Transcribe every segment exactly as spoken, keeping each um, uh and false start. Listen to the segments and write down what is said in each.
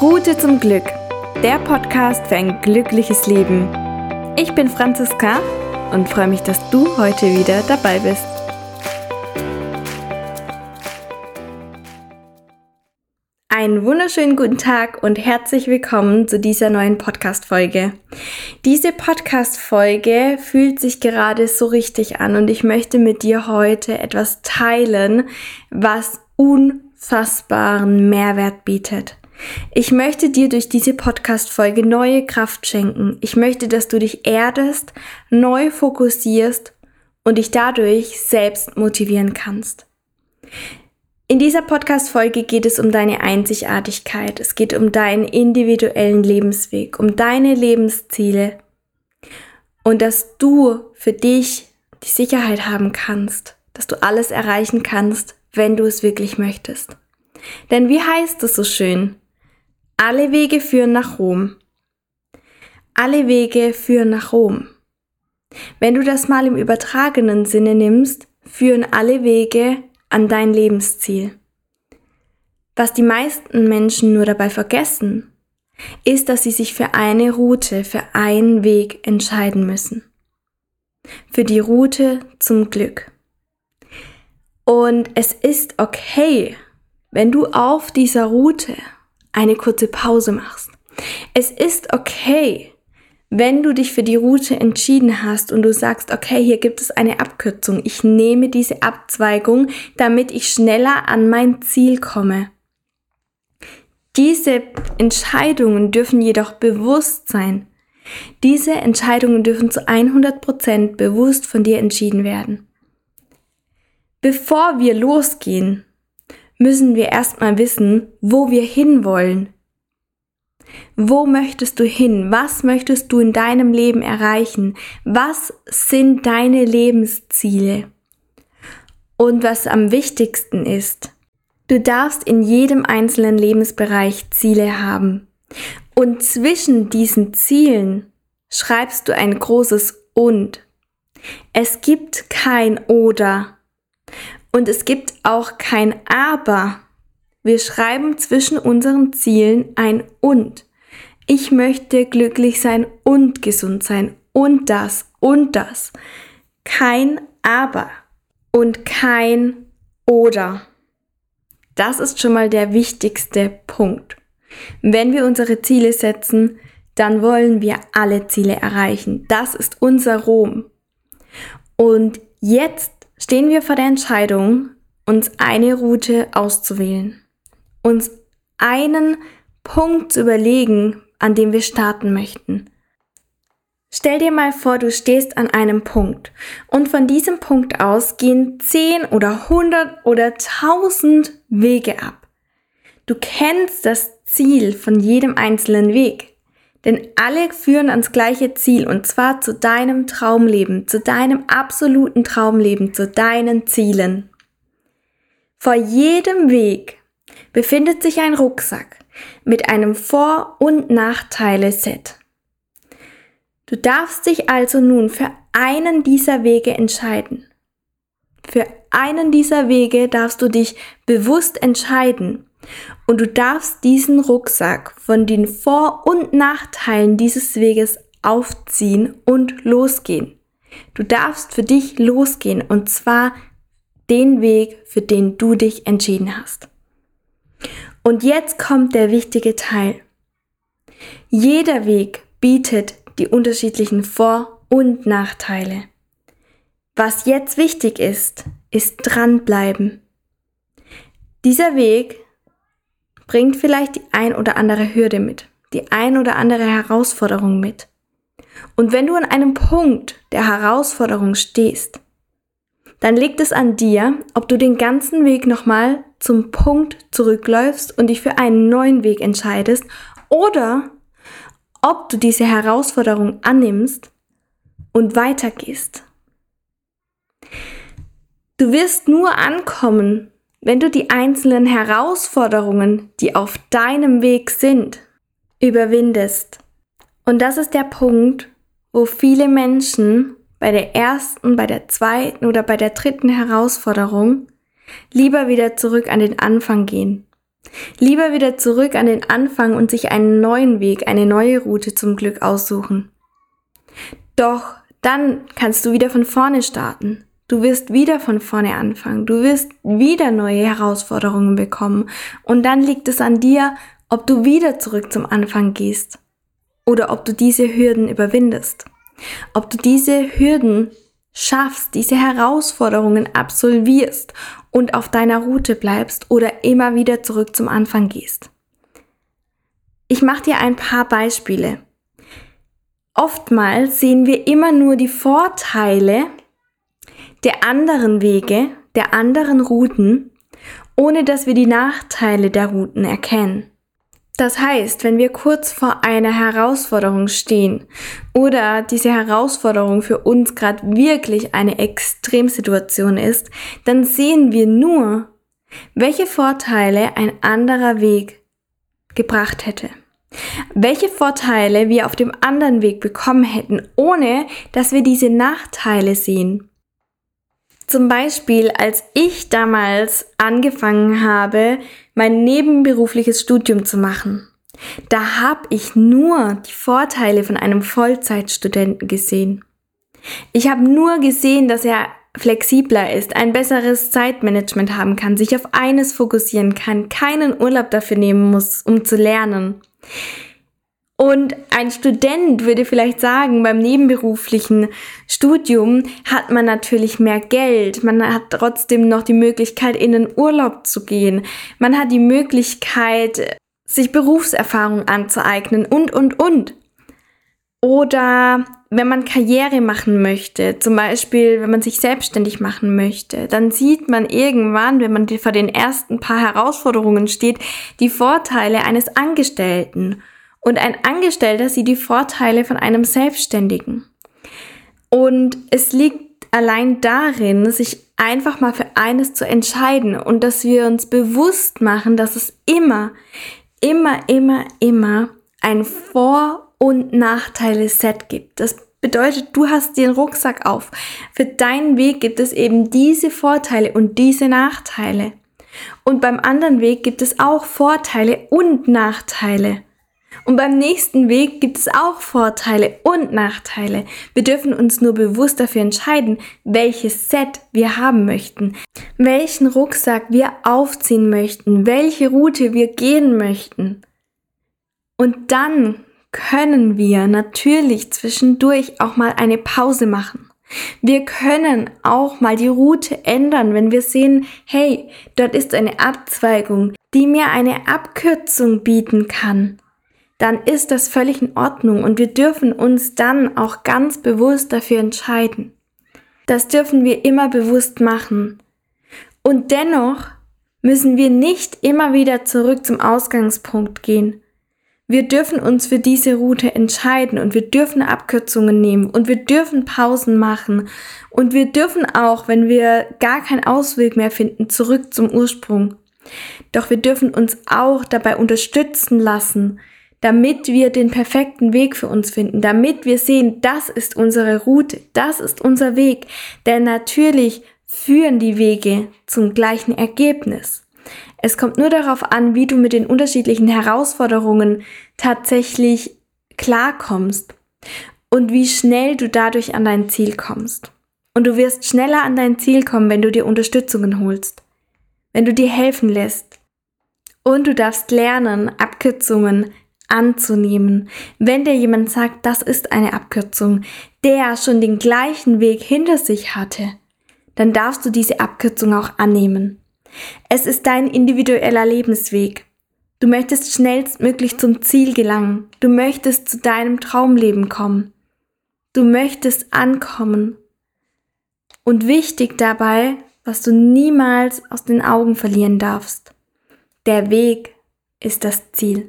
Route zum Glück, der Podcast für ein glückliches Leben. Ich bin Franziska und freue mich, dass du heute wieder dabei bist. Einen wunderschönen guten Tag und herzlich willkommen zu dieser neuen Podcast-Folge. Diese Podcast-Folge fühlt sich gerade so richtig an und ich möchte mit dir heute etwas teilen, was unfassbaren Mehrwert bietet. Ich möchte dir durch diese Podcast-Folge neue Kraft schenken. Ich möchte, dass du dich erdest, neu fokussierst und dich dadurch selbst motivieren kannst. In dieser Podcast-Folge geht es um deine Einzigartigkeit. Es geht um deinen individuellen Lebensweg, um deine Lebensziele und dass du für dich die Sicherheit haben kannst, dass du alles erreichen kannst, wenn du es wirklich möchtest. Denn wie heißt es so schön? Alle Wege führen nach Rom. Alle Wege führen nach Rom. Wenn du das mal im übertragenen Sinne nimmst, führen alle Wege an dein Lebensziel. Was die meisten Menschen nur dabei vergessen, ist, dass sie sich für eine Route, für einen Weg entscheiden müssen. Für die Route zum Glück. Und es ist okay, wenn du auf dieser Route eine kurze Pause machst. Es ist okay, wenn du dich für die Route entschieden hast und du sagst, okay, hier gibt es eine Abkürzung. Ich nehme diese Abzweigung, damit ich schneller an mein Ziel komme. Diese Entscheidungen dürfen jedoch bewusst sein. Diese Entscheidungen dürfen zu hundert Prozent bewusst von dir entschieden werden. Bevor wir losgehen, müssen wir erstmal wissen, wo wir hinwollen. Wo möchtest du hin? Was möchtest du in deinem Leben erreichen? Was sind deine Lebensziele? Und was am wichtigsten ist, du darfst in jedem einzelnen Lebensbereich Ziele haben. Und zwischen diesen Zielen schreibst du ein großes Und. Es gibt kein Oder. Und es gibt auch kein Aber. Wir schreiben zwischen unseren Zielen ein Und. Ich möchte glücklich sein und gesund sein. Und das, und das. Kein Aber und kein Oder. Das ist schon mal der wichtigste Punkt. Wenn wir unsere Ziele setzen, dann wollen wir alle Ziele erreichen. Das ist unser Rom. Und jetzt stehen wir vor der Entscheidung, uns eine Route auszuwählen, uns einen Punkt zu überlegen, an dem wir starten möchten. Stell dir mal vor, du stehst an einem Punkt und von diesem Punkt aus gehen zehn oder hundert oder tausend Wege ab. Du kennst das Ziel von jedem einzelnen Weg. Denn alle führen ans gleiche Ziel und zwar zu deinem Traumleben, zu deinem absoluten Traumleben, zu deinen Zielen. Vor jedem Weg befindet sich ein Rucksack mit einem Vor- und Nachteile-Set. Du darfst dich also nun für einen dieser Wege entscheiden. Für einen dieser Wege darfst du dich bewusst entscheiden. Und du darfst diesen Rucksack von den Vor- und Nachteilen dieses Weges aufziehen und losgehen. Du darfst für dich losgehen und zwar den Weg, für den du dich entschieden hast. Und jetzt kommt der wichtige Teil. Jeder Weg bietet die unterschiedlichen Vor- und Nachteile. Was jetzt wichtig ist, ist dranbleiben. Dieser Weg bringt vielleicht die ein oder andere Hürde mit, die ein oder andere Herausforderung mit. Und wenn du an einem Punkt der Herausforderung stehst, dann liegt es an dir, ob du den ganzen Weg nochmal zum Punkt zurückläufst und dich für einen neuen Weg entscheidest oder ob du diese Herausforderung annimmst und weitergehst. Du wirst nur ankommen, wenn du die einzelnen Herausforderungen, die auf deinem Weg sind, überwindest. Und das ist der Punkt, wo viele Menschen bei der ersten, bei der zweiten oder bei der dritten Herausforderung lieber wieder zurück an den Anfang gehen. Lieber wieder zurück an den Anfang und sich einen neuen Weg, eine neue Route zum Glück aussuchen. Doch dann kannst du wieder von vorne starten. Du wirst wieder von vorne anfangen. Du wirst wieder neue Herausforderungen bekommen. Und dann liegt es an dir, ob du wieder zurück zum Anfang gehst oder ob du diese Hürden überwindest. Ob du diese Hürden schaffst, diese Herausforderungen absolvierst und auf deiner Route bleibst oder immer wieder zurück zum Anfang gehst. Ich mache dir ein paar Beispiele. Oftmals sehen wir immer nur die Vorteile der anderen Wege, der anderen Routen, ohne dass wir die Nachteile der Routen erkennen. Das heißt, wenn wir kurz vor einer Herausforderung stehen oder diese Herausforderung für uns gerade wirklich eine Extremsituation ist, dann sehen wir nur, welche Vorteile ein anderer Weg gebracht hätte. Welche Vorteile wir auf dem anderen Weg bekommen hätten, ohne dass wir diese Nachteile sehen. Zum Beispiel, als ich damals angefangen habe, mein nebenberufliches Studium zu machen, da habe ich nur die Vorteile von einem Vollzeitstudenten gesehen. Ich habe nur gesehen, dass er flexibler ist, ein besseres Zeitmanagement haben kann, sich auf eines fokussieren kann, keinen Urlaub dafür nehmen muss, um zu lernen. Und ein Student würde vielleicht sagen, beim nebenberuflichen Studium hat man natürlich mehr Geld, man hat trotzdem noch die Möglichkeit, in den Urlaub zu gehen, man hat die Möglichkeit, sich Berufserfahrung anzueignen und, und, und. Oder wenn man Karriere machen möchte, zum Beispiel, wenn man sich selbstständig machen möchte, dann sieht man irgendwann, wenn man vor den ersten paar Herausforderungen steht, die Vorteile eines Angestellten. Und ein Angestellter sieht die Vorteile von einem Selbstständigen. Und es liegt allein darin, sich einfach mal für eines zu entscheiden und dass wir uns bewusst machen, dass es immer, immer, immer, immer ein Vor- und Nachteile-Set gibt. Das bedeutet, du hast den Rucksack auf. Für deinen Weg gibt es eben diese Vorteile und diese Nachteile. Und beim anderen Weg gibt es auch Vorteile und Nachteile. Und beim nächsten Weg gibt es auch Vorteile und Nachteile. Wir dürfen uns nur bewusst dafür entscheiden, welches Set wir haben möchten, welchen Rucksack wir aufziehen möchten, welche Route wir gehen möchten. Und dann können wir natürlich zwischendurch auch mal eine Pause machen. Wir können auch mal die Route ändern, wenn wir sehen, hey, dort ist eine Abzweigung, die mir eine Abkürzung bieten kann. Dann ist das völlig in Ordnung und wir dürfen uns dann auch ganz bewusst dafür entscheiden. Das dürfen wir immer bewusst machen. Und dennoch müssen wir nicht immer wieder zurück zum Ausgangspunkt gehen. Wir dürfen uns für diese Route entscheiden und wir dürfen Abkürzungen nehmen und wir dürfen Pausen machen und wir dürfen auch, wenn wir gar keinen Ausweg mehr finden, zurück zum Ursprung. Doch wir dürfen uns auch dabei unterstützen lassen, damit wir den perfekten Weg für uns finden, damit wir sehen, das ist unsere Route, das ist unser Weg. Denn natürlich führen die Wege zum gleichen Ergebnis. Es kommt nur darauf an, wie du mit den unterschiedlichen Herausforderungen tatsächlich klarkommst und wie schnell du dadurch an dein Ziel kommst. Und du wirst schneller an dein Ziel kommen, wenn du dir Unterstützungen holst, wenn du dir helfen lässt. Und du darfst lernen, Abkürzungen anzunehmen. Wenn dir jemand sagt, das ist eine Abkürzung, der schon den gleichen Weg hinter sich hatte, dann darfst du diese Abkürzung auch annehmen. Es ist dein individueller Lebensweg. Du möchtest schnellstmöglich zum Ziel gelangen. Du möchtest zu deinem Traumleben kommen. Du möchtest ankommen. Und wichtig dabei, was du niemals aus den Augen verlieren darfst: der Weg ist das Ziel.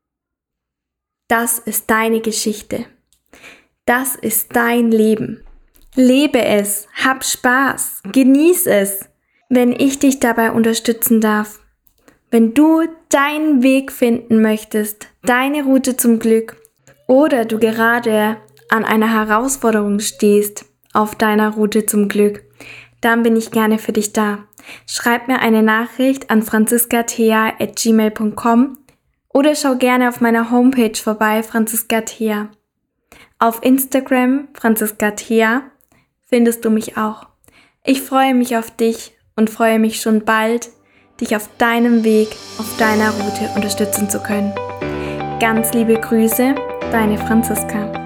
Das ist deine Geschichte. Das ist dein Leben. Lebe es, hab Spaß, genieß es, wenn ich dich dabei unterstützen darf. Wenn du deinen Weg finden möchtest, deine Route zum Glück, oder du gerade an einer Herausforderung stehst auf deiner Route zum Glück, dann bin ich gerne für dich da. Schreib mir eine Nachricht an franziskathea at gmail punkt com oder schau gerne auf meiner Homepage vorbei, franziskathea. Auf Instagram, franziskathea, findest du mich auch. Ich freue mich auf dich und freue mich schon bald, dich auf deinem Weg, auf deiner Route unterstützen zu können. Ganz liebe Grüße, deine Franziska.